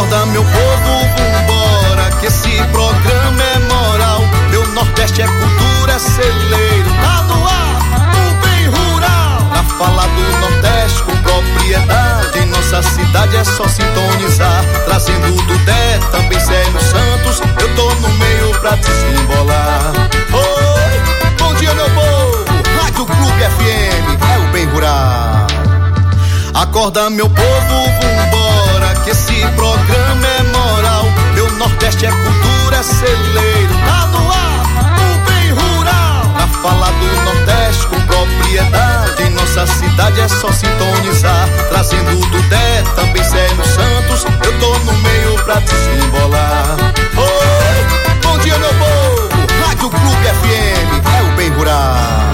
Acorda meu povo, vambora, que esse programa é moral. Meu Nordeste é cultura, é celeiro, tá no ar, o bem rural. Na fala do Nordeste com propriedade, em nossa cidade é só sintonizar. Trazendo do Dé, também Célio Santos, eu tô no meio pra desembolar. Oi, bom dia meu povo, Rádio Clube FM, é o bem rural. Acorda meu povo, vambora, que esse programa é moral. Meu Nordeste é cultura, é celeiro, tá no ar, o bem rural. Na fala do Nordeste com propriedade, em nossa cidade é só sintonizar. Trazendo do Dé, também Célio Santos, eu tô no meio pra desembolar. Oi, bom dia meu povo, Rádio Clube FM, é o bem rural.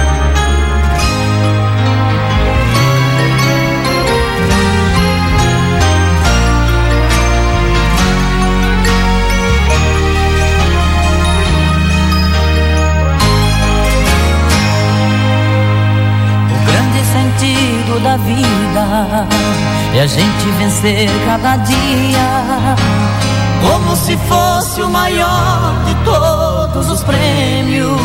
Sentido da vida é a gente vencer cada dia, como se fosse o maior de todos os prêmios.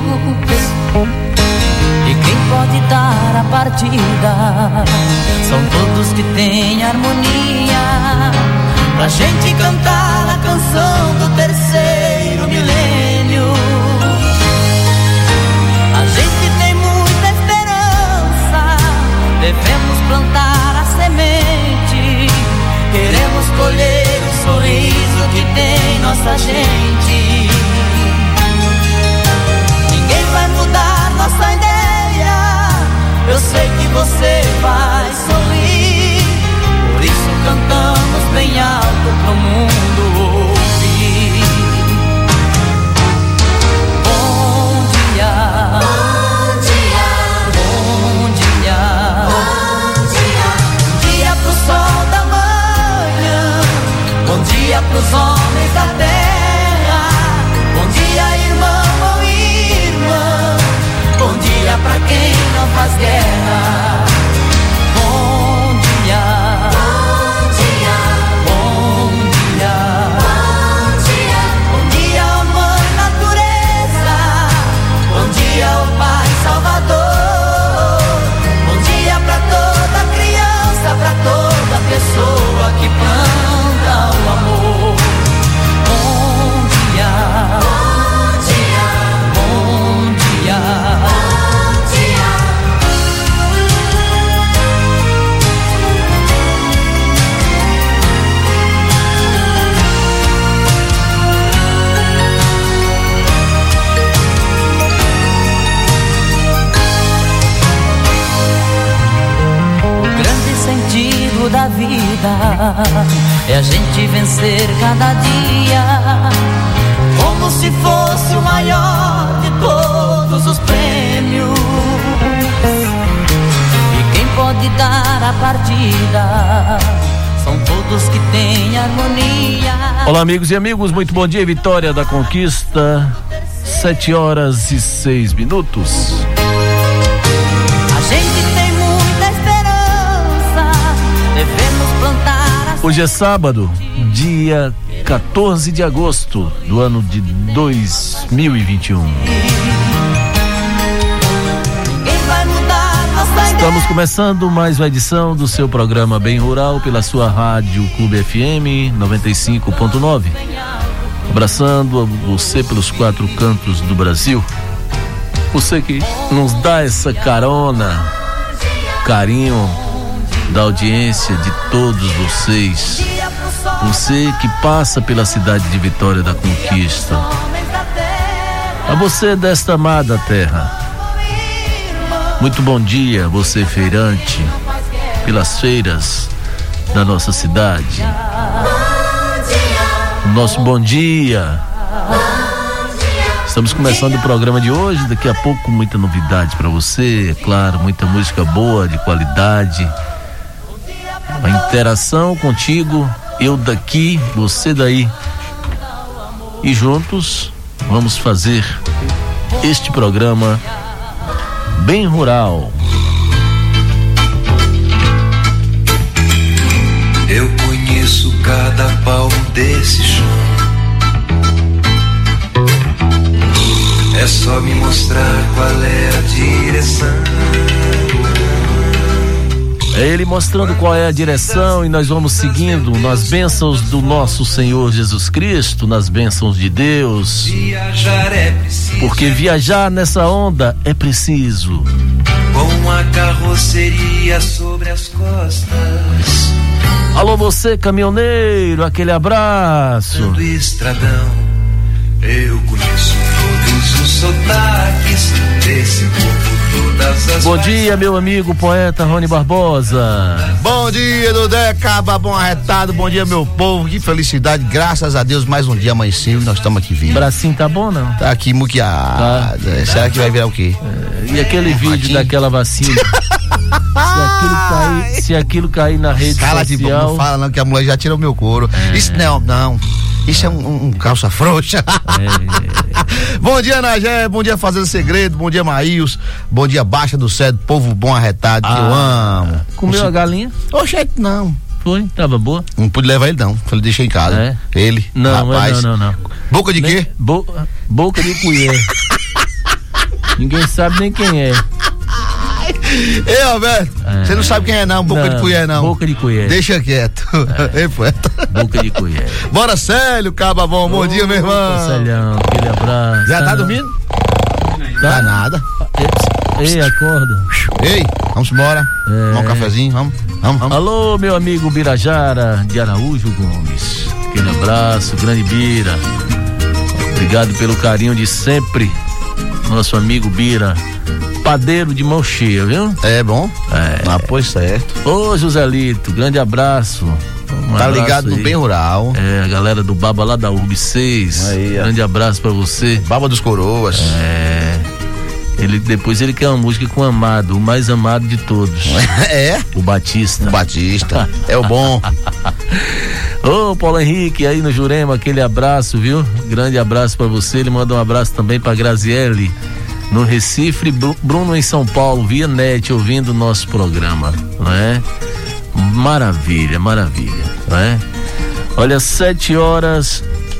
E quem pode dar a partida são todos que têm harmonia, pra gente cantar a canção do terceiro milênio. A gente tem muita esperança, devemos plantar a semente, queremos colher o sorriso que tem nossa gente. Ninguém vai mudar nossa ideia, eu sei que você vai sorrir, por isso cantamos bem alto pro mundo ouvir. Bom dia, bom dia, bom dia, bom dia. Bom dia pro sol da manhã, bom dia pros homens da terra, bom dia irmão ou irmã, bom dia pra quem não faz guerra. Bom dia, bom dia, bom dia, bom dia. Bom dia, ó mãe natureza, bom dia, ó Pai Salvador, bom dia pra toda criança, pra toda pessoa que planta o amor. Bom dia, bom dia, bom dia, bom dia. O grande sentido da vida é a gente vencer cada dia, como se fosse o maior de todos os prêmios. E quem pode dar a partida são todos que têm harmonia. Olá amigos e amigos, muito bom dia, Vitória da Conquista, 7h06. A gente tem muita esperança, devemos plantar. Hoje é sábado, dia 14 de agosto do ano de 2021. Estamos começando mais uma edição do seu programa Bem Rural pela sua rádio Clube FM 95.9. Abraçando você pelos 4 cantos do Brasil. Você que nos dá essa carona, carinho da audiência de todos vocês. Você que passa pela cidade de Vitória da Conquista. A você desta amada terra. Muito bom dia, você feirante, pelas feiras da nossa cidade. Nosso bom dia. Estamos começando o programa de hoje, daqui a pouco muita novidade para você, é claro, muita música boa, de qualidade. A interação contigo, eu daqui, você daí. E juntos vamos fazer este programa Bem Rural. Eu conheço cada palmo desse chão. É só me mostrar qual é a direção. É Ele mostrando qual é a direção e nós vamos seguindo nas bênçãos do nosso Senhor Jesus Cristo, nas bênçãos de Deus. Viajar é preciso, porque viajar nessa onda é preciso. Com a carroceria sobre as costas. Alô você, caminhoneiro, aquele abraço. Do estradão, eu conheço todos os sotaques desse povo. Bom dia, meu amigo poeta Rony Barbosa. Bom dia, Dudé, Caba, bom arretado, bom dia, meu povo, que felicidade, graças a Deus, mais um dia amanheceu e nós estamos aqui vivos. Bracinho tá bom, não? Tá aqui muqueado, tá. Será que vai virar o quê? E aquele vídeo daquela vacina? Se aquilo cair na rede social... Tipo, não fala não, que a mulher já tirou meu couro. Isso não, isso é um calça frouxa. Bom dia, Nagé, bom dia Fazenda Segredo, bom dia Maíus, bom dia Baixa do Céu, povo bom arretado, que eu amo. Comeu a galinha? Oxe, não. Foi? Tava boa? Não pude levar ele não, falei, deixei em casa. Ele, não, rapaz. Não. Boca de quê? Boca de colher. Ninguém sabe nem quem é. Ei, Roberto, você não sabe quem é não, boca de colher não. Boca de colher. Deixa quieto. Ei, poeta. Boca de colher. Bora, Célio, Caba bom, bom dia, meu irmão. Célio, aquele abraço. Já tá dormindo? Tá nada. Ei, acorda. Ei, vamos embora. Tomar um cafezinho, vamos. Alô, meu amigo Birajara de Araújo Gomes. Aquele abraço, grande Bira. Obrigado pelo carinho de sempre. Nosso amigo Bira. Padeiro de mão cheia, viu? É bom? Pois certo. Ô, Joselito, grande abraço. Tá ligado no Bem Rural. A galera do Baba lá da URB 6. Aí, grande abraço pra você. Baba dos Coroas. Depois ele quer uma música com o amado, o mais amado de todos. O Batista. O Batista. É o bom. Ô, Paulo Henrique, aí no Jurema, aquele abraço, viu? Grande abraço pra você. Ele manda um abraço também pra Graziele no Recife, Bruno em São Paulo, via net, ouvindo o nosso programa, não é? Maravilha, não é? Olha, 7h10.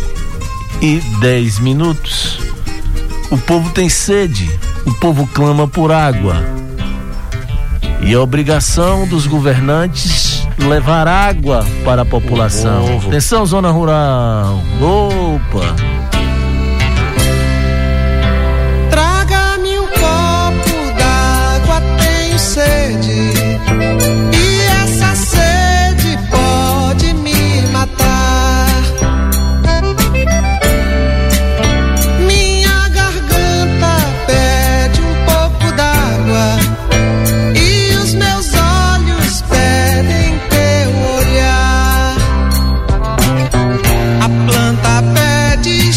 O povo tem sede, o povo clama por água. E a obrigação dos governantes levar água para a população. Atenção, zona rural. Opa! Sede, e essa sede pode me matar. Minha garganta pede um pouco d'água e os meus olhos pedem teu olhar. A planta pede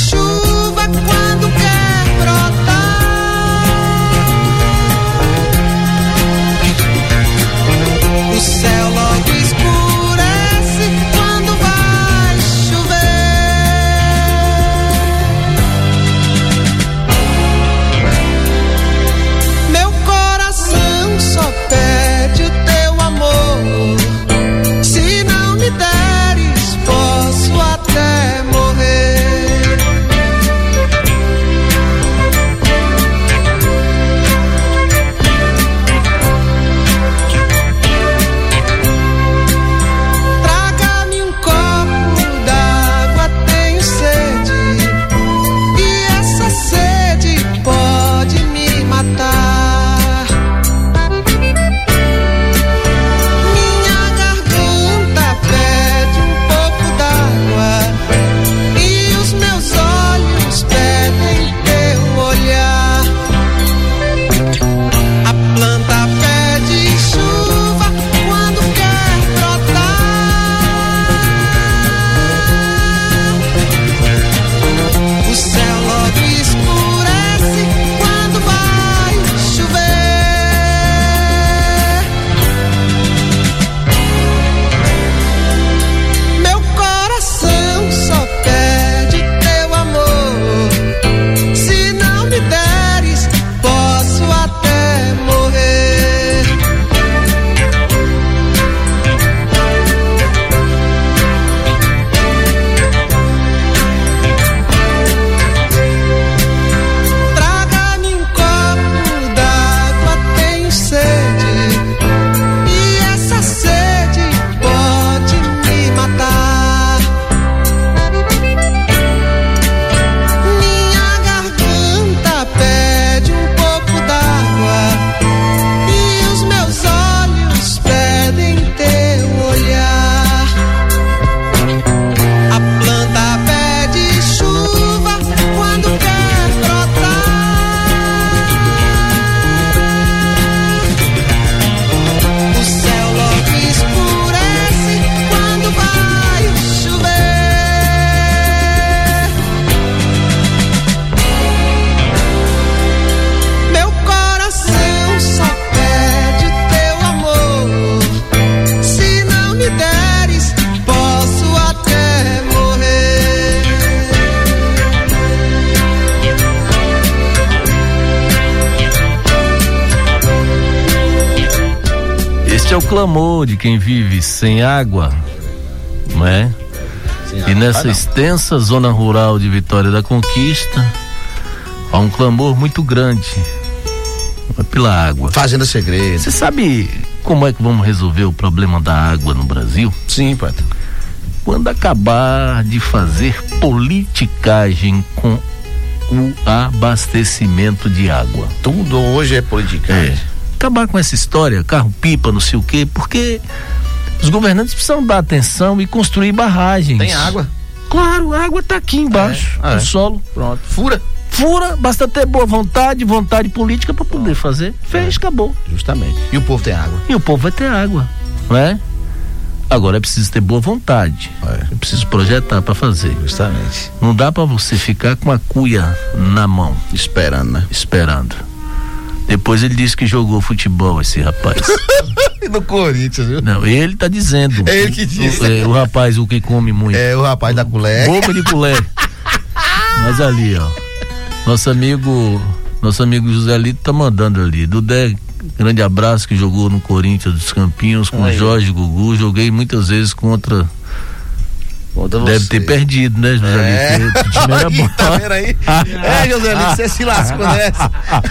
clamor de quem vive sem água, não é? E nessa extensa zona rural de Vitória da Conquista, há um clamor muito grande pela água. Fazenda Segredo. Você sabe como é que vamos resolver o problema da água no Brasil? Sim, Pato. Quando acabar de fazer politicagem com o abastecimento de água. Tudo hoje é politicagem. Acabar com essa história, carro-pipa, não sei o quê, porque os governantes precisam dar atenção e construir barragens. Tem água? Claro, a água tá aqui embaixo, no solo. Pronto. Fura, basta ter boa vontade política para poder fazer. Fez, acabou. Justamente. E o povo tem água. E o povo vai ter água, não é? Agora é preciso ter boa vontade. É preciso projetar para fazer. Justamente. Não dá para você ficar com a cuia na mão. Esperando, né? Esperando. Depois ele disse que jogou futebol, esse rapaz. No Corinthians, viu? Não, ele tá dizendo. É ele que disse. O rapaz, o que come muito. É, o rapaz da colher. Boca de colher. Mas ali, ó. Nosso amigo José Lito tá mandando ali. Dudé, grande abraço, que jogou no Corinthians dos Campinhos com o Jorge Gugu. Joguei muitas vezes contra. Deve ter perdido, né, José Lito? O time era bom. Tá vendo aí? José Lito, você se lascou nessa.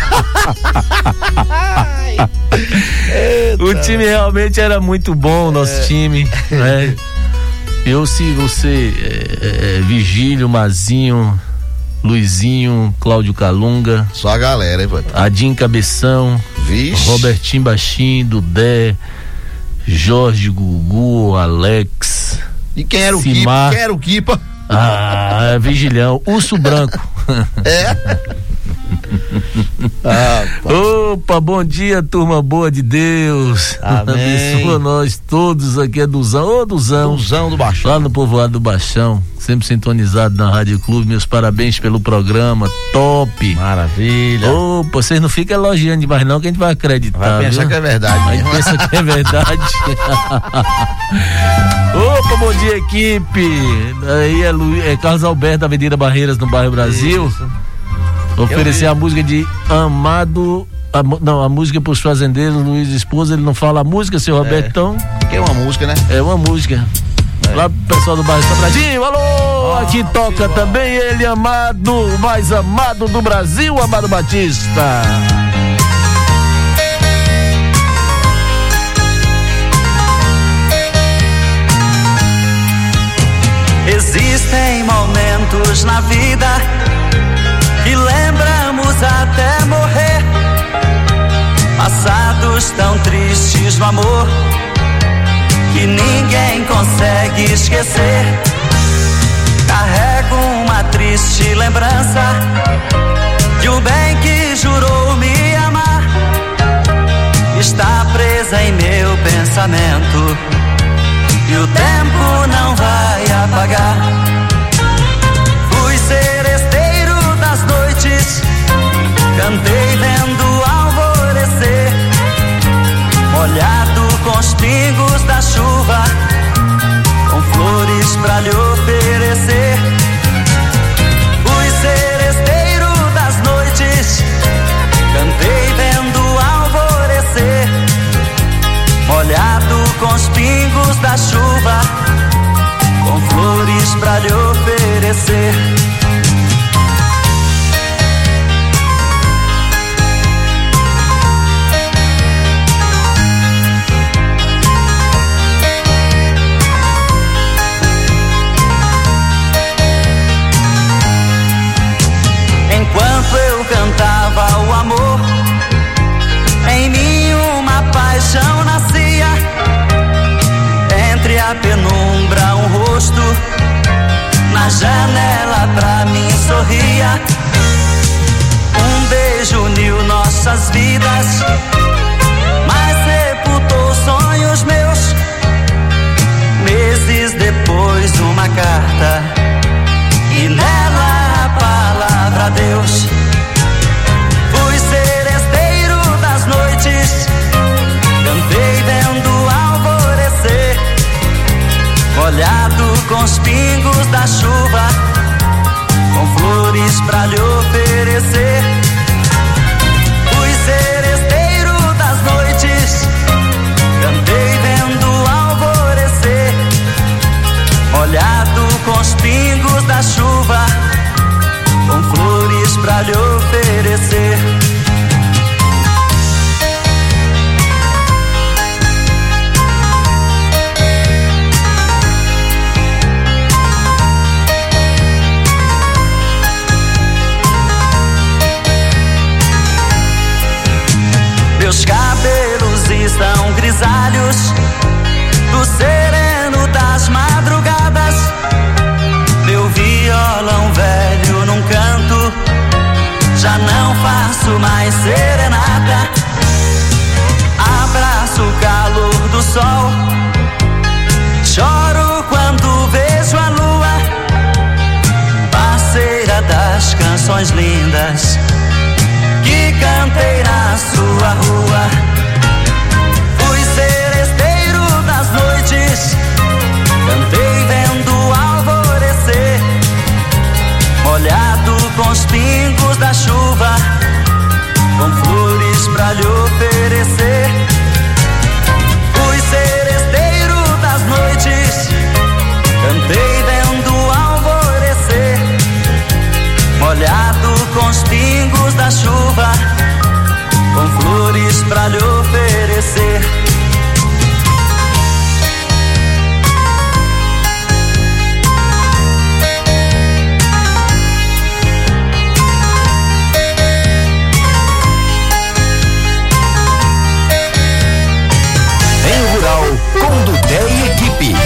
O time realmente era muito bom, o nosso time, né? Eu, se você, Vigílio, Mazinho, Luizinho, Cláudio Calunga. Só a galera, hein, Pato? Adim Cabeção. Vixe. Robertinho Baixinho, Dudé, Jorge Gugu, Alex. E quem era o Kipa? Quem era o Kipa? Vigilhão, Urso Branco. Opa, bom dia, turma boa de Deus. Amém. Abençoa nós todos aqui, é Duzão. Duzão do Baixão. Lá no povoado do Baixão, sempre sintonizado na Rádio Clube. Meus parabéns pelo programa, top. Maravilha. Opa, vocês não ficam elogiando demais não, que a gente vai acreditar. Vai pensar, viu? Que é verdade. A gente pensa que é verdade. Opa, bom dia, equipe. Aí é Carlos Alberto, da Avenida Barreiras, no bairro Brasil. Isso. Oferecer a música de Amado. A música para os fazendeiros, Luiz Esposa. Ele não fala a música, seu Robertão. Que é uma música, né? É uma música. Lá pro pessoal do bairro Sobradinho, alô! Aqui toca também ele, Amado, o mais amado do Brasil, Amado Batista. Existem momentos na vida que lembramos até morrer, passados tão tristes no amor que ninguém consegue esquecer. Carrego uma triste lembrança de um bem que jurou me amar, está presa em meu pensamento e o tempo não vai apagar. Fui seresteiro das noites, cantei vendo alvorecer, molhado com os pingos da chuva, com flores pra lhe oferecer. Fui seresteiro das noites, cantei vendo alvorecer, molhado com os pingos da chuva, com flores pra lhe oferecer. Enquanto eu cantava o amor, em mim uma paixão nascia. Entre a penumbra um rosto, na janela pra mim sorria. Um beijo uniu nossas vidas, mas sepultou sonhos meus. Meses depois uma carta, e nela a palavra Deus. Fui seresteiro das noites, cantei vendo alvorecer, molhado com os pingos da chuva, com flores pra lhe oferecer. Fui seresteiro das noites, cantei canções lindas que cantei na sua rua. Fui seresteiro das noites, cantei vendo o alvorecer, molhado com os pingos da chuva, com flores pra lhe oferecer. Fui seresteiro das noites, cantei vendo o alvorecer, molhado com os pingos da chuva, com flores pra lhe oferecer. Bem Rural, com Dudé e equipe.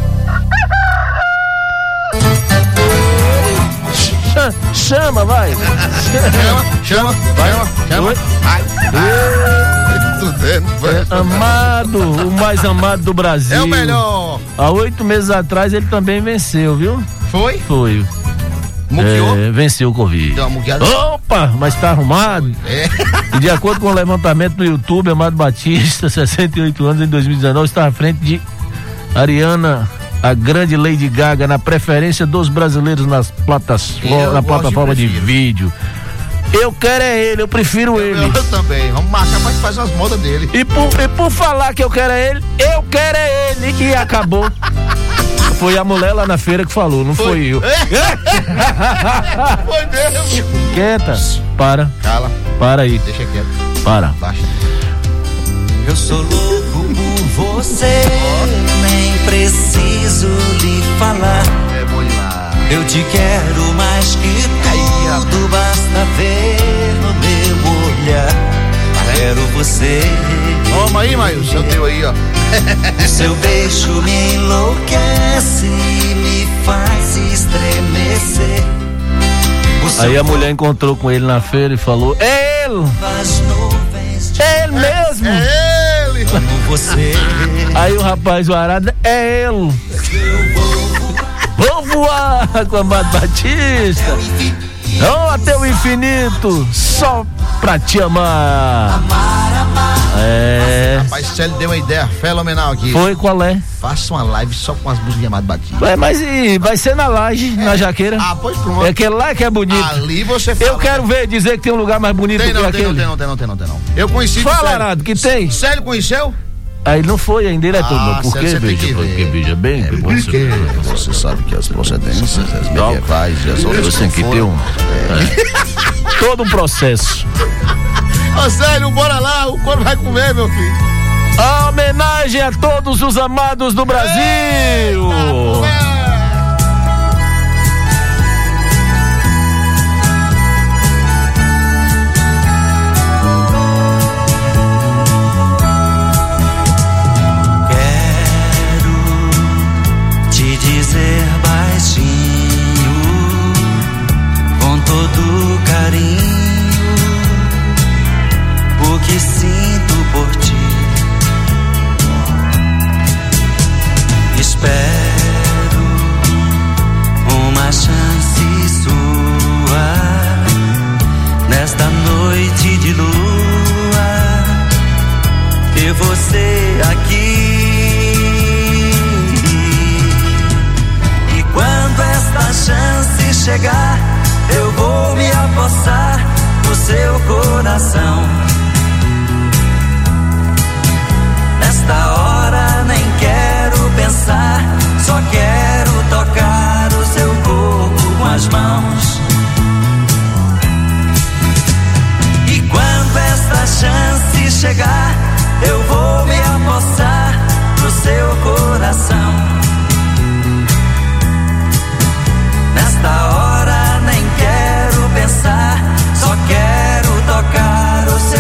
Chama, vai. Chama. Vai. Amado, o mais amado do Brasil. É o melhor. Há 8 meses atrás ele também venceu, viu? Foi? Foi. Muqueou? Venceu o Covid. Deu uma muqueada. Opa, mas tá arrumado. E de acordo com o levantamento no YouTube, Amado Batista, 68 anos, em 2019, está à frente de Ariana, a grande Lady Gaga, na preferência dos brasileiros na plataforma de vídeo. Eu quero é ele, eu prefiro ele. Eu também, vamos marcar pra fazer umas modas dele. E por falar que eu quero é ele, e acabou. Foi a mulher lá na feira que falou, não foi eu. Foi mesmo. Quieta, para. Cala. Para aí. Deixa quieto. Para. Baixa. Eu sou louco por você, nem preciso lhe falar. É bom demais. Eu te quero mais que tudo, basta ver no meu olhar. Quero você. Toma aí, Maílson, eu tenho aí, ó. O seu beijo me enlouquece, me faz estremecer. Aí a mulher encontrou com ele na feira e falou: é ele! É ele mesmo! É ele! Como você. Aí o rapaz, o arado, é ele! Vou voar com a Amado Batista! Não, até o infinito, só pra te amar! É. Rapaz, Célio deu uma ideia fenomenal aqui. Foi, qual é? Faça uma live só com as músicas de Amado Batista. Mas vai ser na laje, na Jaqueira. Ah, pois pronto. É aquele lá que é bonito. Ali você fala. Eu quero ver dizer que tem um lugar mais bonito Tem do que não, aquele. Não. Eu conheci. Fala, Arado, que tem? Célio conheceu? Aí não foi ainda, ele é todo. Por quê, Célio, Porque veja bem. Porque você sabe que as procedências, as medievais e as outras tem que ter todo um processo. Ô Célio, bora lá, o couro vai comer, meu filho. A homenagem a todos os amados do Brasil. Dizer baixinho, com todo carinho, o que sinto por ti. Espero uma chance sua nesta noite de lua, ter você aqui. Quando esta chance chegar, eu vou me apossar do seu coração. Nesta hora nem quero pensar, só quero tocar o seu corpo com as mãos. E quando esta chance chegar, eu vou me apossar do seu coração. Nesta hora nem quero pensar, só quero tocar o seu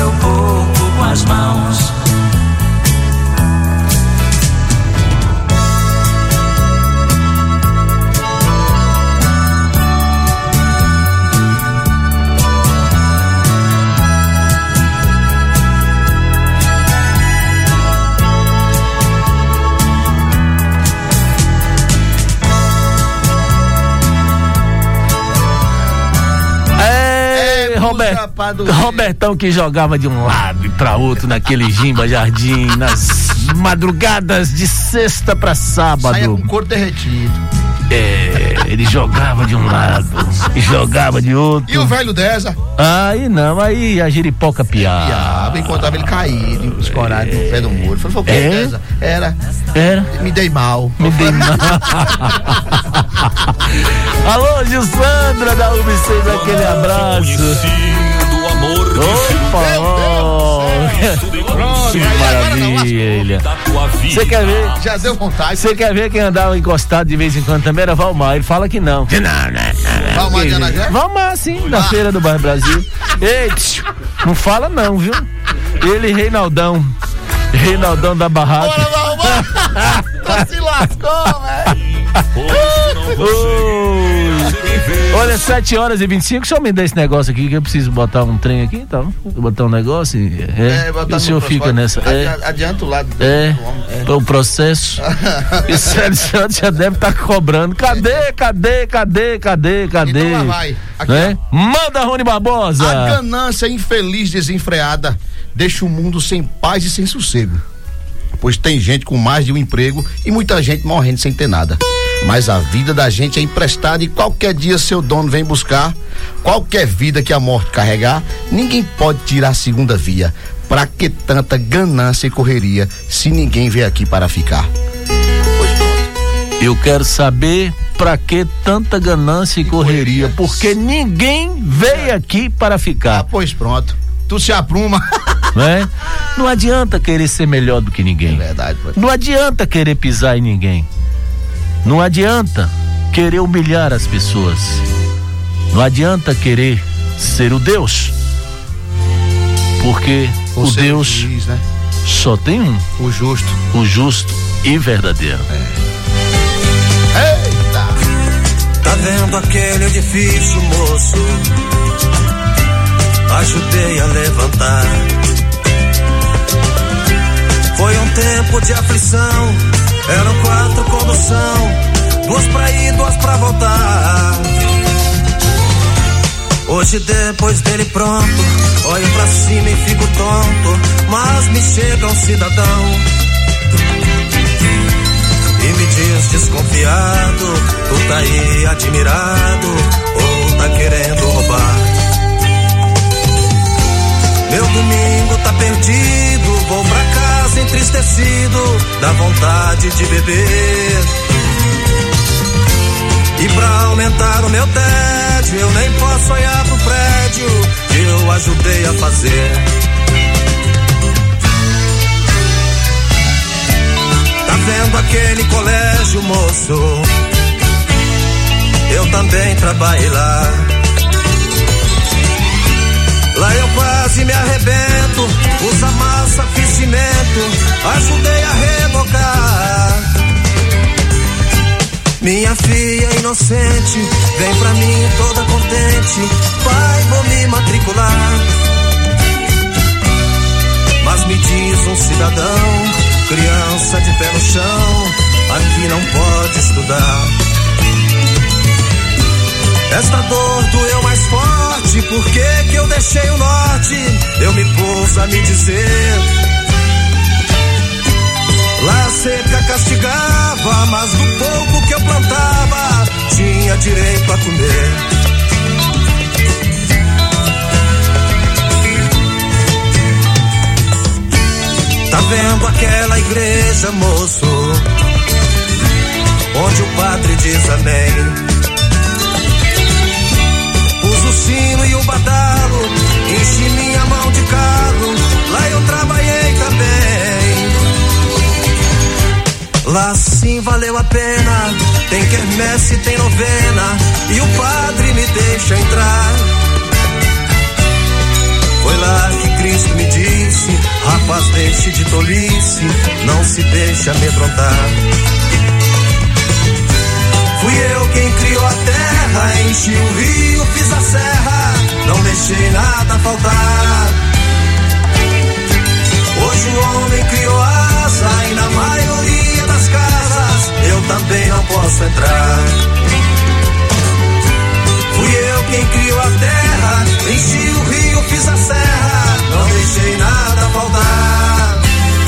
Robertão que jogava de um lado para outro naquele Gimba Jardim, nas madrugadas de sexta para sábado. Saia com o couro derretido. Ele jogava de um lado e jogava de outro. E o velho Deza? Aí não, aí a giripoca piava. Encontrava ele caído, escorado no pé do muro. Falei, o que é Deza? Era. Me dei mal. Alô, Gilsandra da UB6, aquele abraço. Que maravilha. Você quer ver? Já deu vontade. Você quer ver quem andava encostado de vez em quando também? Era Valmar. Ele fala que não. Valmar de Anagé? Valmar, sim, da Feira do Bairro Brasil. Ei, não fala não, viu? Ele, Reinaldão da barraca. Bora, Valmar! Se lascou, velho. Olha, 7h25, só me dá esse negócio aqui que eu preciso botar um trem aqui, então. Botar um negócio e o senhor fica nessa. Adianta o lado o processo. E o Sérgio já deve estar cobrando. Cadê? Então lá vai. Aqui, né? Manda, Rony Barbosa. A ganância infeliz desenfreada deixa o mundo sem paz e sem sossego. Pois tem gente com mais de um emprego e muita gente morrendo sem ter nada. Mas a vida da gente é emprestada e qualquer dia seu dono vem buscar. Qualquer vida que a morte carregar, ninguém pode tirar a segunda via. Pra que tanta ganância e correria se ninguém veio aqui para ficar? Pois pronto. Eu quero saber pra que tanta ganância e correria, porque ninguém veio aqui para ficar. Pois pronto. Tu se apruma. Né? Não adianta querer ser melhor do que ninguém. É verdade. Não adianta querer pisar em ninguém. Não adianta querer humilhar as pessoas. Não adianta querer ser o Deus. Porque o Deus juiz, né? só tem um. O justo. O justo e verdadeiro. Eita! Tá vendo aquele edifício, moço? Ajudei a levantar. Foi um tempo de aflição. Eram 4 condução, 2 pra ir, 2 pra voltar. Hoje depois dele pronto, olho pra cima e fico tonto. Mas me chega um cidadão e me diz desconfiado: tu tá aí admirado ou tá querendo roubar? Meu domingo tá perdido, vou pra casa entristecido, dá vontade de beber. E pra aumentar o meu tédio, eu nem posso olhar pro prédio que eu ajudei a fazer. Tá vendo aquele colégio, moço? Eu também trabalhei lá. Lá eu quase me arrebento, usa massa, fiz cimento, ajudei a rebocar. Minha filha inocente, vem pra mim toda contente, pai, vou me matricular. Mas me diz um cidadão, criança de pé no chão, aqui não pode estudar. Esta dor doeu mais forte, por que eu deixei o norte? Eu me pus a me dizer. Lá a seca castigava, mas do pouco que eu plantava, tinha direito a comer. Tá vendo aquela igreja, moço? Onde o padre diz amém. O sino e o badalo, enchi minha mão de carro, lá eu trabalhei também. Lá sim valeu a pena, tem quermesse, tem novena, e o padre me deixa entrar. Foi lá que Cristo me disse: rapaz, deixe de tolice, não se deixe amedrontar. Fui eu quem criou a terra, enchi o rio, fiz a serra, não deixei nada faltar. Hoje o homem criou asa e na maioria das casas eu também não posso entrar. Fui eu quem criou a terra, enchi o fiz a serra, não deixei nada faltar.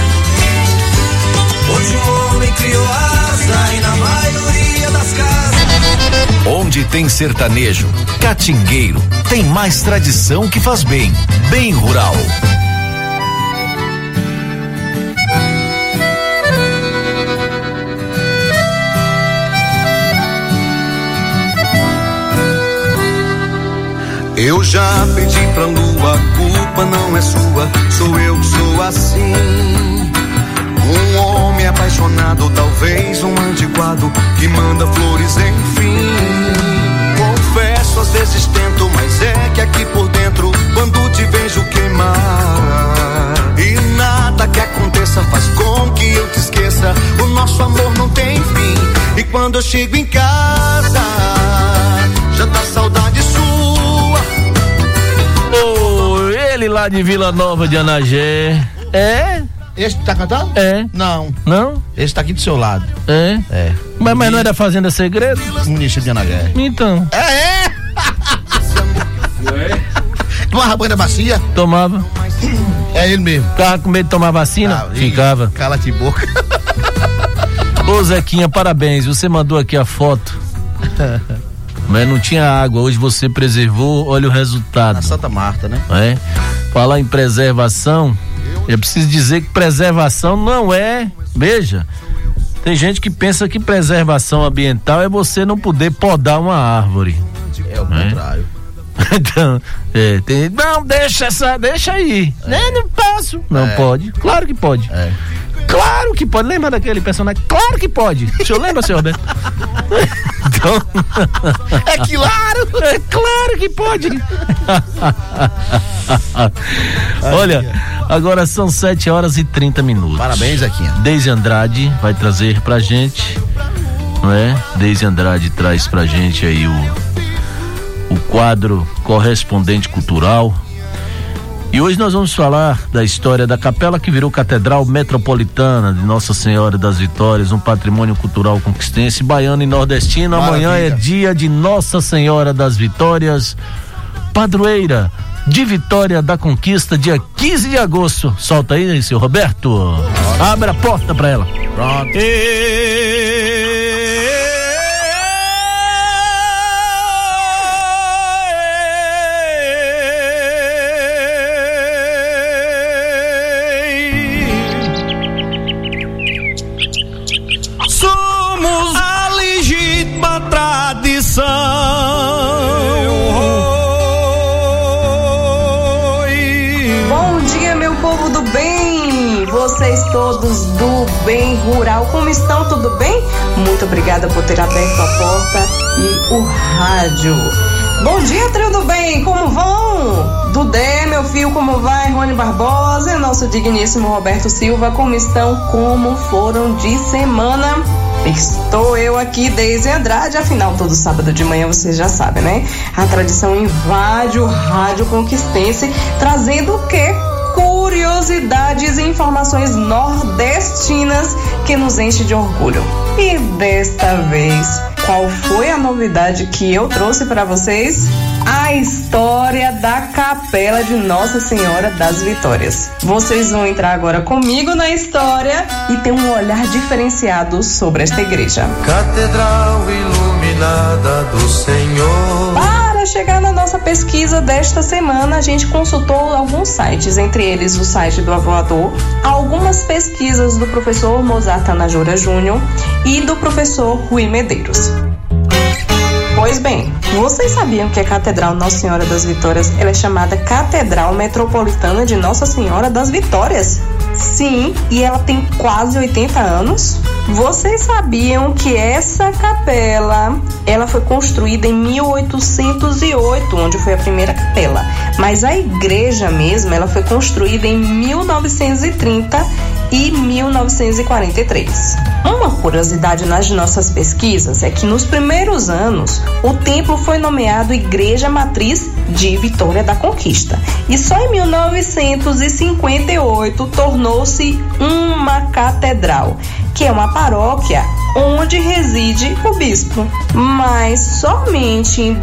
Hoje o homem criou asa e na maioria das casas. Onde tem sertanejo, catingueiro, tem mais tradição que faz bem. Bem rural. Eu já pedi pra lua, a culpa não é sua, sou eu que sou assim. Um homem apaixonado, talvez um antiquado que manda flores, enfim. Confesso, às vezes tento, mas é que aqui por dentro, quando te vejo queimar, e nada que aconteça faz com que eu te esqueça, o nosso amor não tem fim. E quando eu chego em casa, já tá saudade sua. Oh, ele lá de Vila Nova de Anagé. É? Esse tá cantando? É. Não. Não? Esse tá aqui do seu lado. É? É. Mas não é da Fazenda Segredo? Ministro de Anagé. Então. É? Tomava banho da bacia? Tomava. É ele mesmo. Ficava com medo de tomar vacina? Ficava. Cala-te boca. Ô Zequinha, parabéns. Você mandou aqui a foto. Mas não tinha água, hoje você preservou, olha o resultado. Na Santa Marta, né? É. Falar em preservação, eu preciso dizer que preservação não é, veja, tem gente que pensa que preservação ambiental é você não poder podar uma árvore. É o contrário. Então, não, deixa aí. Não posso. Não pode. Claro que pode. Claro que pode. Lembra daquele personagem? Claro que pode. O senhor lembra, senhor Roberto? Então, é claro! É claro que pode! Olha, agora são 7h30. Parabéns, Zequinha. Deise Andrade vai trazer pra gente, não é? Deise Andrade traz pra gente aí o quadro Correspondente Cultural. E hoje nós vamos falar da história da capela que virou Catedral Metropolitana de Nossa Senhora das Vitórias, um patrimônio cultural conquistense, baiano e nordestino. Maravilha. Amanhã é dia de Nossa Senhora das Vitórias, padroeira de Vitória da Conquista, dia 15 de agosto. Solta aí, seu Roberto. Abre a porta pra ela. Pronto. Somos a legítima tradição. Bom dia, meu povo do bem. Vocês todos do bem rural, como estão? Tudo bem? Muito obrigada por ter aberto a porta e o rádio. Bom dia, trio do bem, como vão? Dudé, meu filho, como vai? Rony Barbosa e nosso digníssimo Roberto Silva, como estão? Como foram de semana? Estou eu aqui, Deise Andrade, afinal todo sábado de manhã vocês já sabem, né? A tradição invade o rádio conquistense, trazendo o quê? Curiosidades e informações nordestinas que nos enche de orgulho. E desta vez, qual foi a novidade que eu trouxe para vocês? A história da Capela de Nossa Senhora das Vitórias. Vocês vão entrar agora comigo na história e ter um olhar diferenciado sobre esta igreja. Catedral iluminada do Senhor. Para chegar na nossa pesquisa desta semana, a gente consultou alguns sites, entre eles o site do Avoador, algumas pesquisas do professor Mozart Tanajura Júnior e do professor Rui Medeiros. Pois bem, vocês sabiam que a Catedral Nossa Senhora das Vitórias ela é chamada Catedral Metropolitana de Nossa Senhora das Vitórias? Sim, e ela tem quase 80 anos. Vocês sabiam que essa capela ela foi construída em 1808, onde foi a primeira capela, mas a igreja mesmo ela foi construída em 1930 e 1943. Uma curiosidade nas nossas pesquisas é que nos primeiros anos o templo foi nomeado Igreja Matriz de Vitória da Conquista e só em 1958 tornou-se uma catedral. que é uma paróquia onde reside o bispo. Mas somente em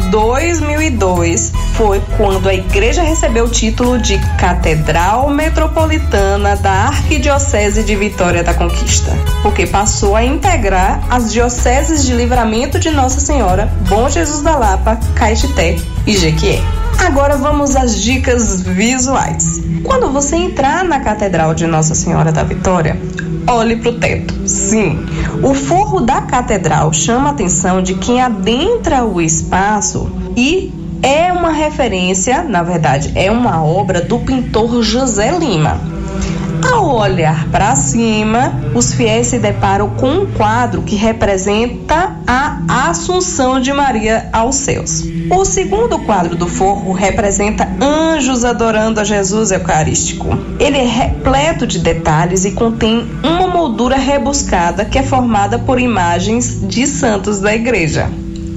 2002 foi quando a igreja recebeu o título de Catedral Metropolitana da Arquidiocese de Vitória da Conquista, porque passou a integrar as dioceses de Livramento de Nossa Senhora, Bom Jesus da Lapa, Caetité e Jequié. Agora vamos às dicas visuais. Quando você entrar na Catedral de Nossa Senhora da Vitória, olhe para o teto. Sim, o forro da catedral chama a atenção de quem adentra o espaço e é uma referência, na verdade, é uma obra do pintor José Lima. Ao olhar para cima, os fiéis se deparam com um quadro que representa a Assunção de Maria aos céus. O segundo quadro do forro representa anjos adorando a Jesus Eucarístico. Ele é repleto de detalhes e contém uma moldura rebuscada que é formada por imagens de santos da igreja.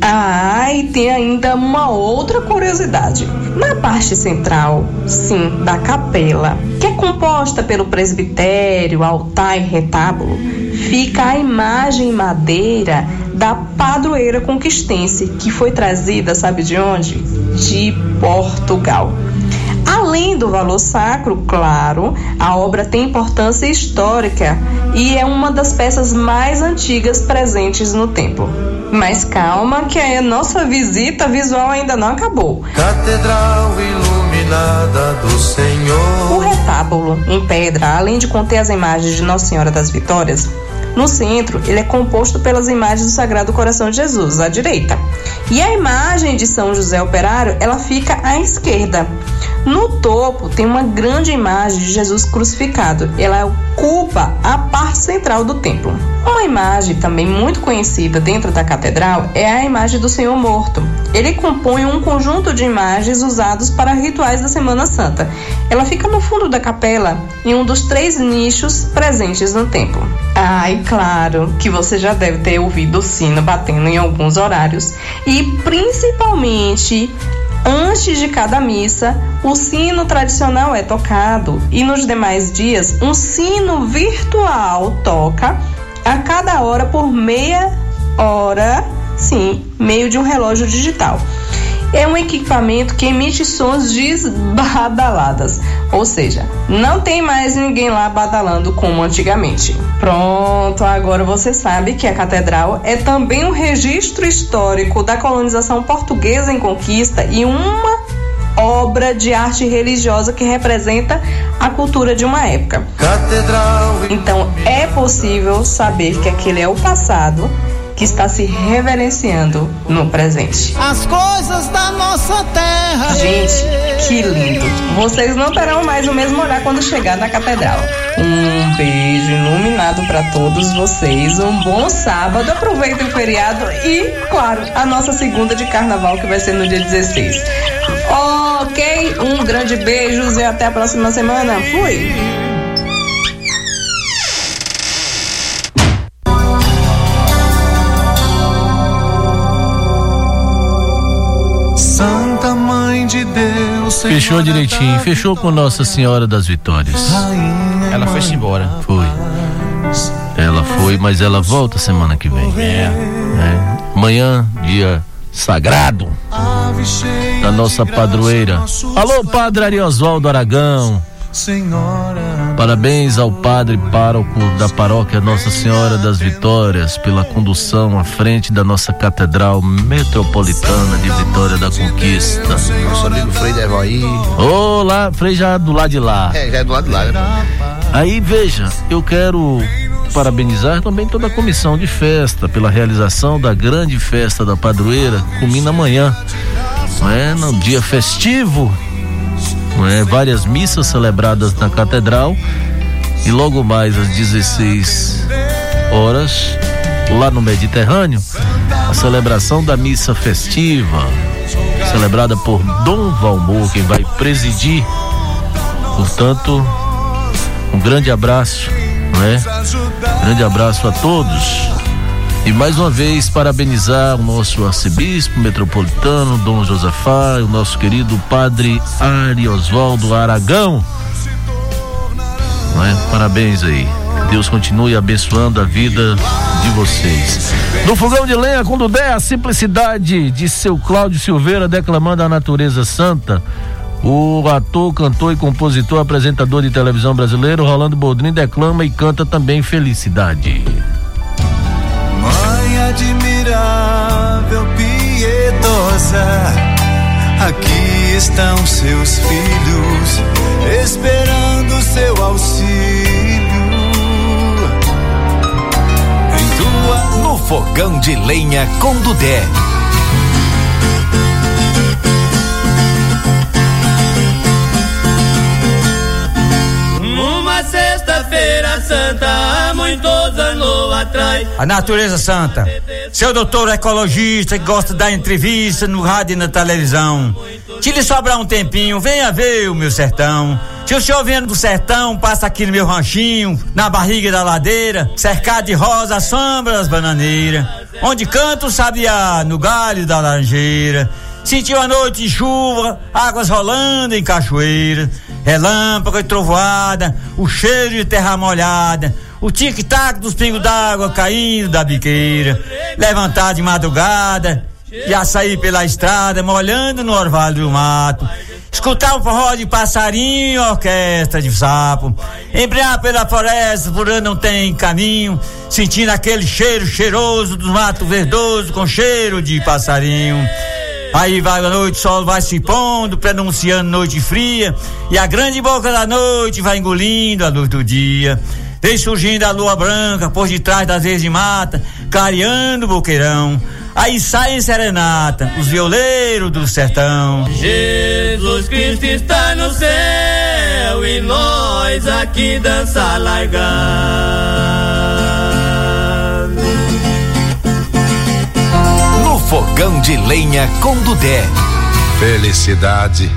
E tem ainda uma outra curiosidade. Na parte central, sim, da capela, que é composta pelo presbitério, altar e retábulo, fica a imagem em madeira da padroeira conquistense, que foi trazida, sabe de onde? De Portugal. Além do valor sacro, claro, a obra tem importância histórica e é uma das peças mais antigas presentes no templo. Mas calma que a nossa visita visual ainda não acabou. Catedral iluminada do Senhor. O retábulo em pedra, além de conter as imagens de Nossa Senhora das Vitórias, no centro ele é composto pelas imagens do Sagrado Coração de Jesus, à direita. E a imagem de São José Operário, ela fica à esquerda. No topo tem uma grande imagem de Jesus crucificado. Ela ocupa a parte central do templo. Uma imagem também muito conhecida dentro da catedral é a imagem do Senhor Morto. Ele compõe um conjunto de imagens usados para rituais da Semana Santa. Ela fica no fundo da capela, em um dos 3 nichos presentes no templo. E claro que você já deve ter ouvido o sino batendo em alguns horários e principalmente antes de cada missa, o sino tradicional é tocado e nos demais dias, um sino virtual toca a cada hora por meia hora, sim, meio de um relógio digital. É um equipamento que emite sons de badaladas, ou seja, não tem mais ninguém lá badalando como antigamente. Pronto, agora você sabe que a catedral é também um registro histórico da colonização portuguesa em conquista e uma obra de arte religiosa que representa a cultura de uma época. Então é possível saber que aquele é o passado que está se reverenciando no presente. As coisas da nossa terra. Gente, que lindo. Vocês não terão mais o mesmo olhar quando chegar na catedral. Um beijo iluminado para todos vocês. Um bom sábado. Aproveitem o feriado e, claro, a nossa segunda de carnaval que vai ser no dia 16. Ok? Um grande beijo e até a próxima semana. Fui! Santa Mãe de Deus. Fechou direitinho, fechou com Nossa Senhora das Vitórias. Ela foi-se embora. Foi. Ela foi, mas ela volta semana que vem. Amanhã, dia sagrado da nossa padroeira. Alô, Padre Ariosvaldo Aragão. Parabéns ao padre pároco da paróquia Nossa Senhora das Vitórias pela condução à frente da nossa Catedral Metropolitana de Vitória da Conquista. Nosso amigo Frei Devaí. Olá, Frei já do lado de lá. Já é do lado de lá, né? Aí veja, eu quero parabenizar também toda a comissão de festa pela realização da grande festa da padroeira, culmina amanhã, no dia festivo. Várias missas celebradas na catedral e logo mais às 16 horas lá no Mediterrâneo a celebração da missa festiva celebrada por Dom Valmor, quem vai presidir. Portanto, um grande abraço, grande abraço a todos. E mais uma vez parabenizar o nosso arcebispo metropolitano, Dom Josafá, e o nosso querido padre Ariosvaldo Aragão. Parabéns aí. Deus continue abençoando a vida de vocês. No Fogão de Lenha com Dudé, a simplicidade de seu Cláudio Silveira declamando a natureza santa. O ator, cantor e compositor, apresentador de televisão brasileiro, Rolando Boldrin, declama e canta também Felicidade. Mãe admirável, piedosa, aqui estão seus filhos, esperando seu auxílio. No Fogão de Lenha com Dudé. Uma sexta-feira santa, há muitos anos atrás. A natureza santa. Seu doutor ecologista que gosta de dar entrevista no rádio e na televisão. Se lhe sobrar um tempinho, venha ver o meu sertão. Se o senhor vindo do sertão, passa aqui no meu ranchinho, na barriga da ladeira, cercado de rosa, à sombra das bananeiras, onde canta o sabiá no galho da laranjeira. Sentiu a noite de chuva, águas rolando em cachoeira, relâmpago e trovoada, o cheiro de terra molhada, o tic-tac dos pingos d'água caindo da biqueira, levantar de madrugada e a sair pela estrada, molhando no orvalho do mato, escutar um forró de passarinho, orquestra de sapo, embrear pela floresta por onde não tem caminho, sentindo aquele cheiro cheiroso do mato verdoso com cheiro de passarinho. Aí vai a noite, o sol vai se pondo, prenunciando noite fria, e a grande boca da noite vai engolindo a luz do dia. Vem surgindo a lua branca por detrás das vezes de mata, clareando o boqueirão. Aí sai em serenata os violeiros do sertão. Jesus Cristo está no céu e nós aqui dança largado. No Fogão de Lenha com Dudé. Felicidade.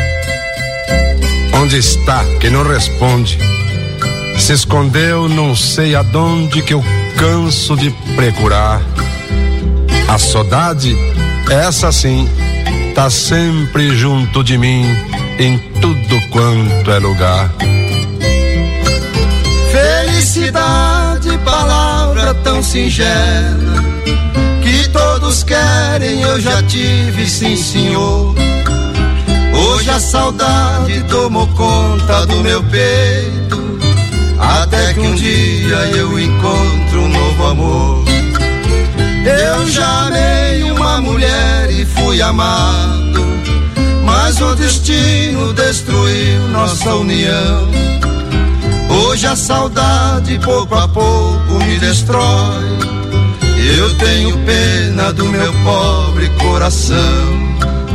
Onde está que não responde? Se escondeu não sei aonde, que eu canso de procurar. A saudade, essa sim, tá sempre junto de mim, em tudo quanto é lugar. Felicidade, palavra tão singela, que todos querem, eu já tive, sim senhor. Hoje a saudade tomou conta do meu peito, até que um dia eu encontro um novo amor. Eu já amei uma mulher e fui amado, mas o destino destruiu nossa união. Hoje a saudade pouco a pouco me destrói, eu tenho pena do meu pobre coração.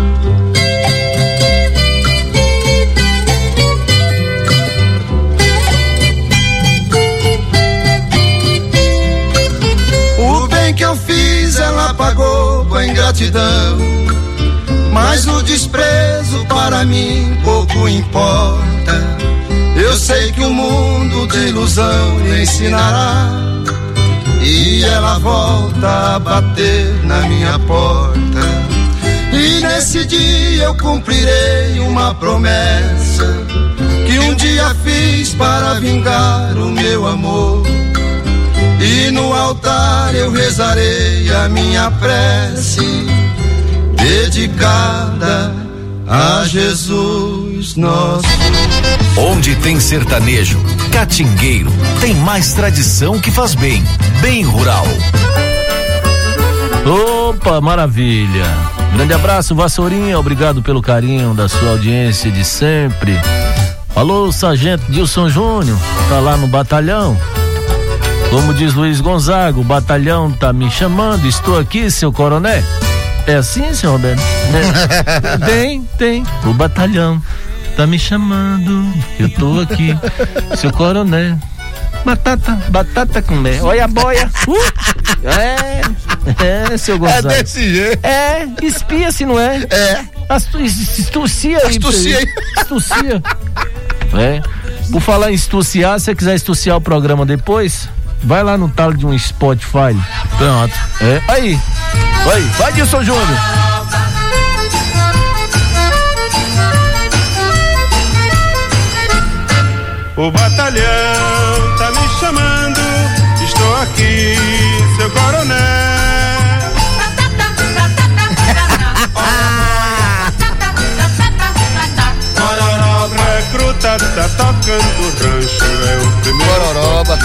Que eu fiz ela pagou com ingratidão, mas o desprezo para mim pouco importa. Eu sei que o mundo de ilusão lhe ensinará, e ela volta a bater na minha porta. E nesse dia eu cumprirei uma promessa que um dia fiz para vingar o meu amor. E no altar eu rezarei a minha prece, dedicada a Jesus nosso. Onde tem sertanejo, catingueiro, tem mais tradição que faz bem. Bem rural. Opa, maravilha. Grande abraço, Vassourinha, obrigado pelo carinho da sua audiência de sempre. Alô, Sargento Dilson Júnior, tá lá no batalhão. Como diz Luiz Gonzaga, o batalhão tá me chamando, estou aqui, seu coronel. É assim, seu Roberto? É. Tem. O batalhão tá me chamando, eu tô aqui, seu coronel. Batata com mel. Olha a boia. Seu Gonzaga. É desse jeito. É, espia se não é. É. Astucia aí. Astucia. É. Por falar em astuciar, se você quiser astuciar o programa depois, vai lá no talo de um Spotify. Pronto. É. Aí. Vai, Dilson Júnior. O batalhão tá me chamando, aqui, seu coronel. Recruta tá tocando rancho, é o primeiro Gororoba.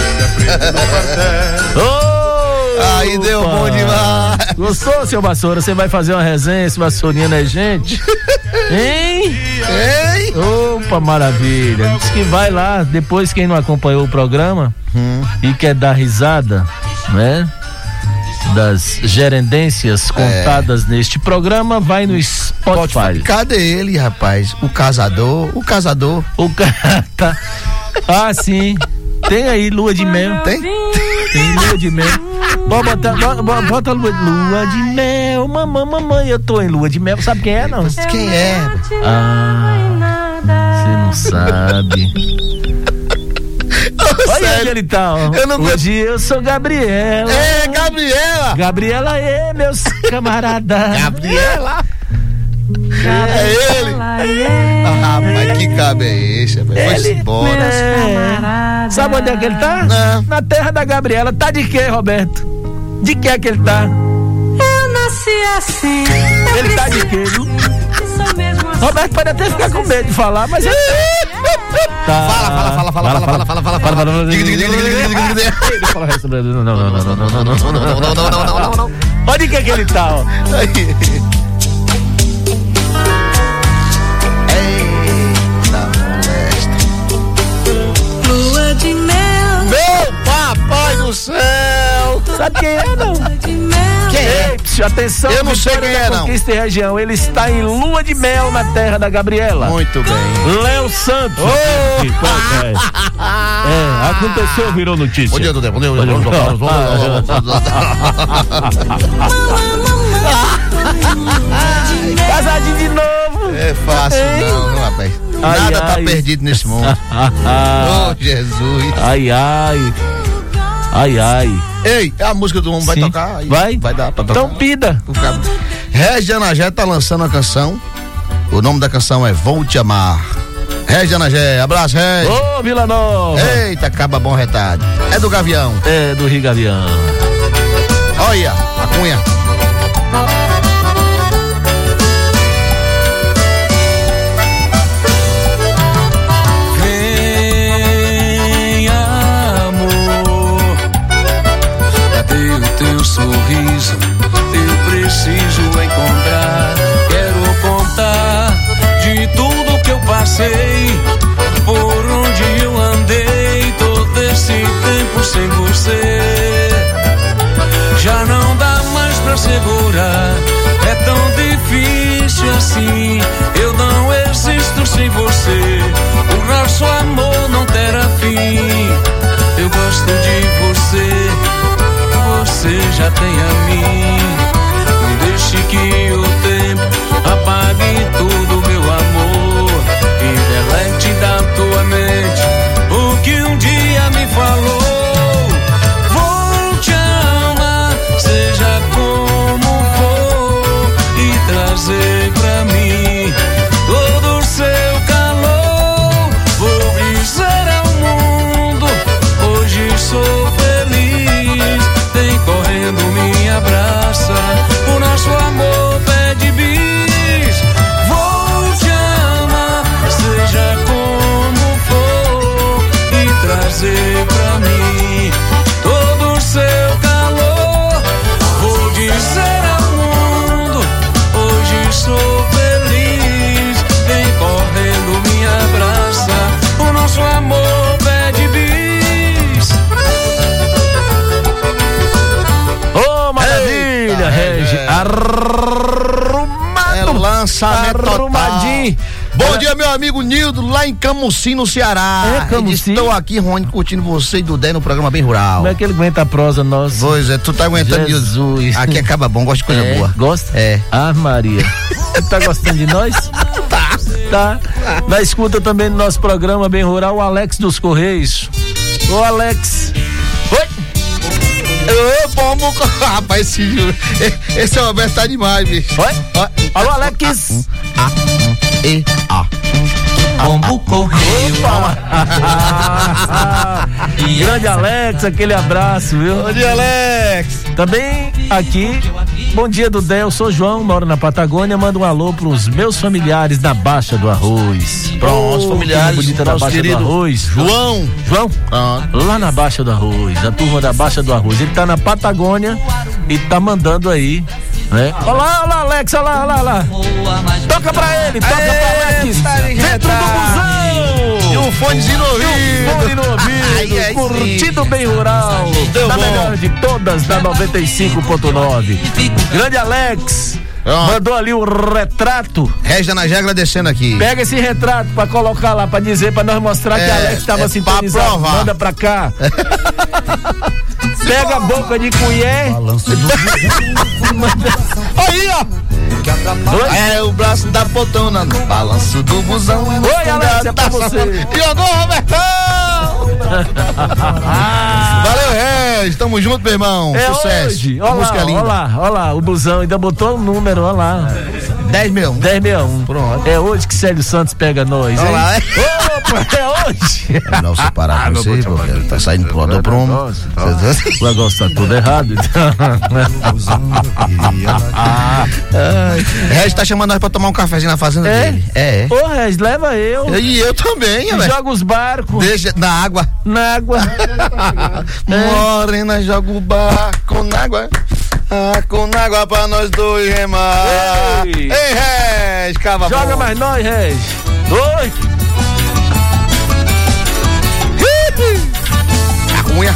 Aí deu bom demais. Gostou, seu Vassoura? Você vai fazer uma resenha, esse Vassourinha não é gente? Hein? Ei? Opa, maravilha. Diz que vai lá, depois quem não acompanhou o programa e quer dar risada, né? Das gerendências contadas neste programa, vai no Spotify. Cadê ele, rapaz? O casador. Tá. Ah, sim. Tem aí lua de mel. Tem lua de mel. Bota lua de mel. Mamãe, eu tô em lua de mel. Sabe quem é, não? Quem é? Você não sabe. Olha onde ele tá, ó. Hoje eu sou Gabriela. É, Gabriela. Gabriela, meus camaradas. Gabriela. É ele. Rapaz, que cabe é esse? Vai embora. Sabe onde é que ele tá? Não. Na terra da Gabriela. Tá de quê, Roberto? De que é que ele tá? Eu nasci assim. Ele tá de quê, viu? Roberto pode até ficar com medo de falar, mas ele tá. Fala. Não. Olha de que ele tá, ó. Lua de mel. Meu papai do céu. Sabe quem é, não? Quem é? Atenção, eu não sei quem é, não. Conquista e região. Ele está em lua de mel na terra da Gabriela. Muito bem. Léo Santos. Aconteceu, virou notícia. Bom dia, Dudé. Casadinho de novo. É fácil, não, rapaz. Nada tá perdido nesse mundo. Oh, Jesus. Ai. Ei, a música do homem vai tocar? Aí. Vai dar pra tocar. Então pida. Regis Anagé tá lançando uma canção. O nome da canção é Vou Te Amar. Regis Anagé, abraço, Regis. Ô, Vila Nova. Eita, acaba bom retalho. É do Gavião. É do Rio Gavião. Olha, a cunha. Sorriso, eu preciso encontrar. Quero contar de tudo que eu passei, por onde eu andei todo esse tempo sem você. Já não dá mais pra segurar, é tão difícil assim. Eu não existo sem você, o nosso amor não terá fim. Eu gosto de você, você já tem a mim. Não deixe que o tempo apague tudo, meu amor, e delete da tua mente o que um dia me falou. Vou te amar, seja como for, e trazer pra mim todo o seu calor. Vou dizer ao mundo, hoje sou feliz. Vem correndo, me abraça, o nosso amor pede bis. Vou te amar, seja como for, e trazer pra mim todo o seu calor. Vou dizer ao mundo, hoje sou feliz. Vem correndo, me abraça, o nosso amor pede bis. Maravilha, Regi. Arrumado. É lançamento arrumadinho. Bom dia, meu amigo Nildo, lá em Camusim, no Ceará. Estou aqui, Rony, curtindo você e Dudé no programa Bem Rural. Como é que ele aguenta a prosa nossa? Pois é, tu tá aguentando. Jesus. Aqui acaba bom, gosto de coisa boa. Gosta? É. Ah, Maria. Você tá gostando de nós? Tá. Na escuta também do nosso programa Bem Rural, o Alex dos Correios. Ô, Alex. Oi. Rapaz, esse Roberto tá demais, bicho. Oi? Alô, Alex. Pombo correio Grande Alex, aquele abraço, viu? Bom dia, Alex. Também aqui, bom dia do Del, sou João, moro na Patagônia, mando um alô pros meus familiares na Baixa do Arroz. Pronto, familiares bonita da Baixa do Arroz. João. Lá na Baixa do Arroz, a turma da Baixa do Arroz. Ele tá na Patagônia e tá mandando aí, né? Olá, Alex, olha lá. Toca pra ele, toca pra Alex. Dentro do busão. E um fonezinho no ouvido. Curtido bem rural. Da melhor de todas, da 95.9. Grande Alex. Mandou ali o retrato. Regis Najé agradecendo aqui. Pega esse retrato pra colocar lá, pra dizer, pra nós mostrar que Alex estava sintonizado. Manda pra cá. Pega a boca de colher. Aí, ó. É o braço da potona no balanço do busão. Oi, Alex, é pra você. Jogou, Robertão. Valeu, Regis. Tamo junto, meu irmão. Sucesso. Hoje. Olha lá, o busão ainda botou o número, olha lá. 1061. Pronto. É hoje que Célio Santos pega nós, hein? Olá, Opa, é hoje. É melhor você parar com você, porque tá saindo pro lado do promo. O negócio tá tudo errado. Regis tá chamando nós pra tomar um cafezinho na fazenda dele. Ô, Regis, leva eu. E eu também, velho. Joga os barcos. Deixa na água. Morena, joga o barco na água. Com água pra nós dois remar. Ei, Regis, cava. Joga mais nós, Regis. Oi. A cunha.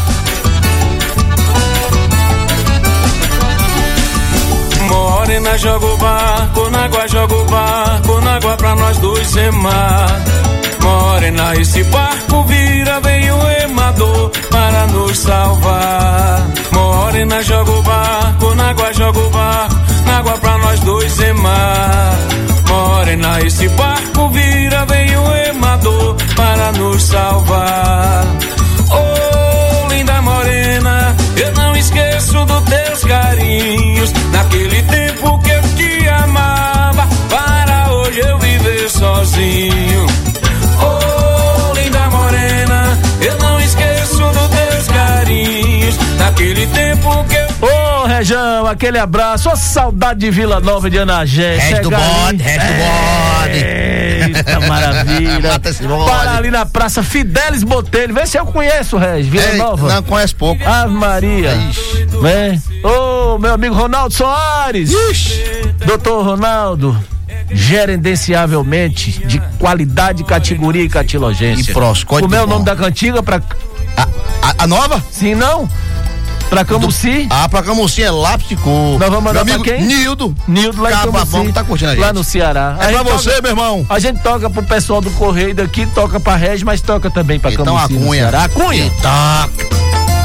Morena, joga o barco na água pra nós dois remar. Morena, esse barco vira, vem o remador para nos salvar. Morena, joga o barco na água pra nós dois remar. Morena, esse barco vira, vem o remador para nos salvar. Oh, linda morena, eu não esqueço dos teus carinhos, naquele tempo que eu te amava, para hoje eu viver sozinho. Oh, linda morena, eu não esqueço dos teus carinhos, naquele tempo que eu... Ô, Rejão, aquele abraço, saudade de Vila Nova de Anagé. Resto do bode. Eita, maravilha. Para ali na Praça Fidelis Botelho, vê se eu conheço, Regis, Vila Nova. Não, conheço pouco. Ave Maria. Né? Ô, meu amigo Ronaldo Soares. Doutor Ronaldo, gerenciavelmente de qualidade, categoria e catilogência. E proscóide. O meu nome da cantiga pra... A nova? Sim, não? Pra Camucí? Pra Camucí é lápis de cor. Nós vamos mandar pra quem? Nildo lá em Camucí. Tá curtindo a gente. Lá no Ceará. É pra você, meu irmão. A gente toca pro pessoal do Correio daqui, toca pra Regis, mas toca também pra então, Camucí. Então a Cunha. A Cunha. Toca.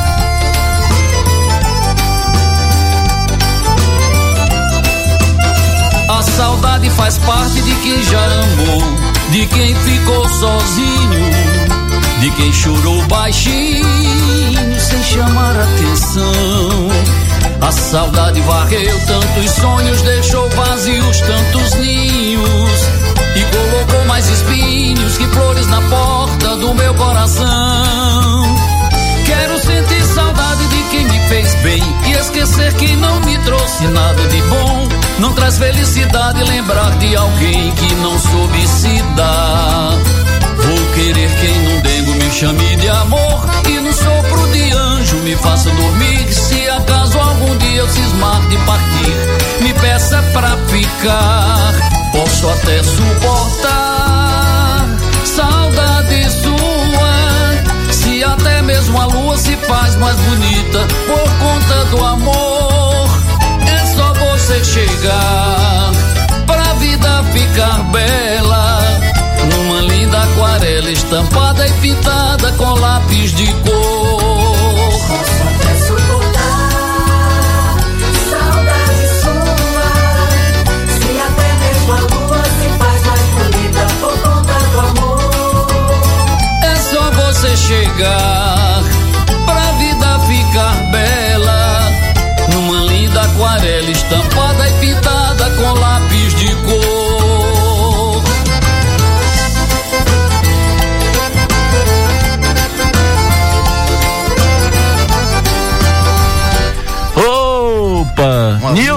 A saudade faz parte de quem já amou, de quem ficou sozinho, de quem chorou baixinho sem chamar atenção. A saudade varreu tantos sonhos, deixou vazios tantos ninhos e colocou mais espinhos que flores na porta do meu coração. Quero sentir saudade de quem me fez bem e esquecer quem não me trouxe nada de bom. Não traz felicidade lembrar de alguém que não soube se dar. Vou querer quem num dengo me chame de amor e no sopro de anjo me faça dormir. Se acaso algum dia eu cismar de partir, me peça pra ficar. Posso até suportar saudade sua, se até mesmo a lua se faz mais bonita por conta do amor. É só você chegar pra vida ficar bela, numa linda aquarela estampada e pintada com lápis de cor. Posso até suportar saudade sua, se até mesmo a lua se faz mais bonita por conta do amor. É só você chegar pra vida ficar bela, numa linda aquarela estampada e pintada com lápis de cor.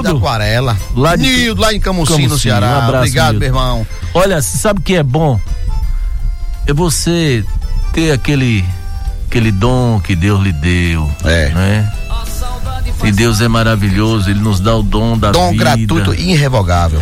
Nildo. Aquarela. Nildo, lá em Camusim, no Ceará. Um abraço, obrigado, Nildo. meu irmão. Olha, você sabe o que é bom? É você ter aquele dom que Deus lhe deu. Né? E Deus é maravilhoso, Ele nos dá o dom da vida. Dom gratuito e irrevogável.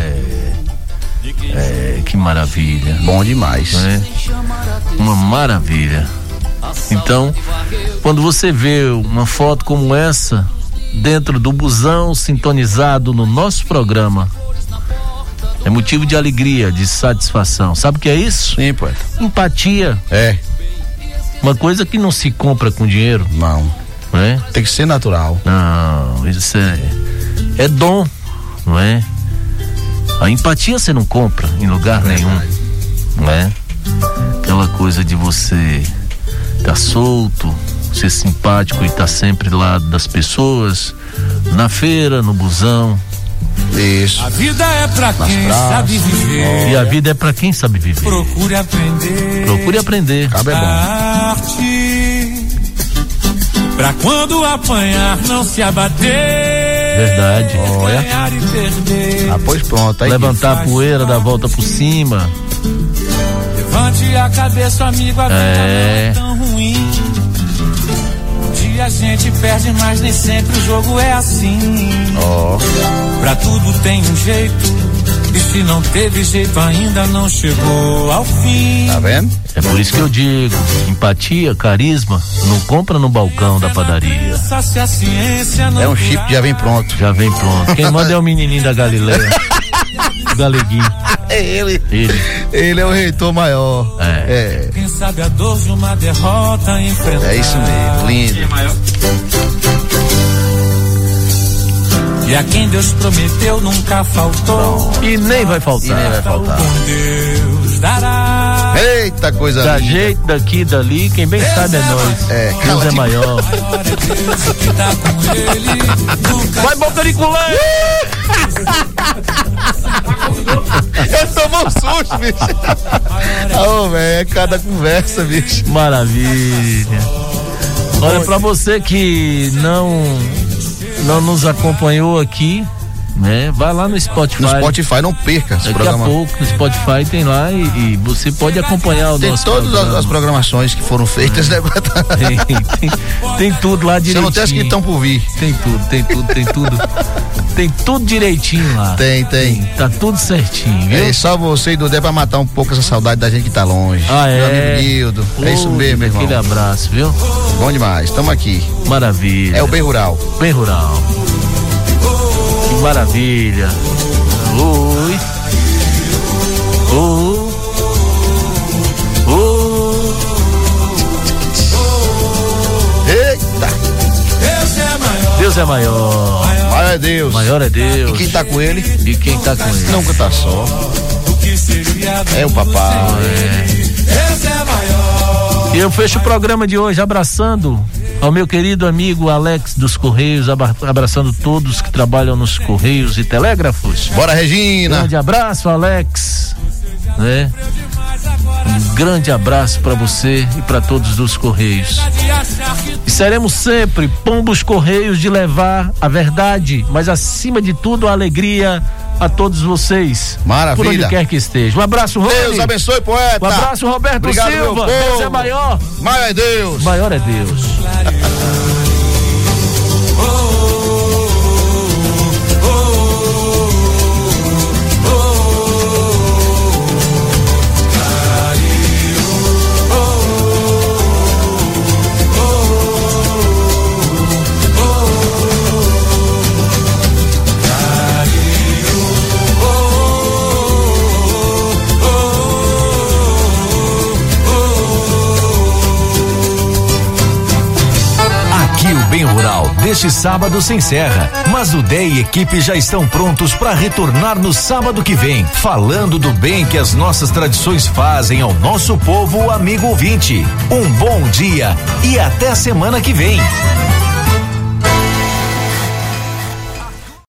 Que maravilha. Bom demais. Uma maravilha. Então, quando você vê uma foto como essa, dentro do busão sintonizado no nosso programa, é motivo de alegria, de satisfação. Sabe o que é isso? Sim, poeta. Empatia. Uma coisa que não se compra com dinheiro. Não. Tem que ser natural. Não, isso é dom, não é? A empatia você não compra em lugar nenhum, não é? Aquela coisa de você estar solto, ser simpático e estar sempre do lado das pessoas, na feira, no busão. Isso. A vida é pra quem sabe viver. E a vida é pra quem sabe viver. Procure aprender. Procure aprender. Cabe é bom. Arte, pra quando apanhar não se abater. Verdade. Olha. Pois pronto. Aí levantar a poeira, dar a volta por cima. Levante a cabeça, amigo, a vida não é tão ruim. Um dia a gente perde, mas nem sempre o jogo é assim. Pra tudo tem um jeito. E se não teve jeito, ainda não chegou ao fim. Tá vendo? É por isso que eu digo, empatia, carisma, não compra no balcão da padaria. É um chip que já vem pronto. Já vem pronto. Quem manda é o menininho da Galileia. Galeguinho. É ele. Ele é o reitor maior. Quem sabe a dor de uma derrota enfrentar. É isso mesmo, lindo. E a quem Deus prometeu nunca faltou. E nem vai faltar. Deus dará. Eita coisa da linda. Jeito daqui, dali, quem bem sabe é nós. Deus é maior. Vai, boca de culé! Eu tomo um susto, bicho. Velho, é cada conversa, bicho. Maravilha. Olha, pra você que não nos acompanhou aqui, né? Vai lá no Spotify. No Spotify, não perca esse programa. Daqui a pouco no Spotify tem lá e você pode acompanhar o nosso programa. Tem todas as programações que foram feitas, né? Tem tudo lá direitinho. Você não tem as que estão por vir. Tem tudo. Tem tudo direitinho lá. Tem. Tá tudo certinho, viu? É só você e Dudé pra matar um pouco essa saudade da gente que tá longe. Meu amigo Nildo. É isso mesmo, meu irmão. Aquele abraço, viu? Bom demais, estamos aqui. Maravilha. É o Bem Rural. Bem Rural. Que maravilha. Oi. Eita. Deus é maior. Maior é Deus. Maior é Deus. E quem tá com ele? Nunca tá só. É o papai. E eu fecho o programa de hoje abraçando ao meu querido amigo Alex dos Correios, abraçando todos que trabalham nos Correios e Telégrafos. Bora, Regina. Grande abraço, Alex. Né? Um grande abraço para você e para todos dos Correios. E seremos sempre pombos correios de levar a verdade, mas acima de tudo a alegria a todos vocês. Maravilha. Por onde quer que esteja. Um abraço, Rony. Deus abençoe, poeta. Um abraço, Roberto Obrigado, Silva. Deus é maior. Maior é Deus. Maior é Deus. Bem Rural deste sábado se encerra, mas o Dé e equipe já estão prontos para retornar no sábado que vem, falando do bem que as nossas tradições fazem ao nosso povo amigo ouvinte. Um bom dia e até semana que vem.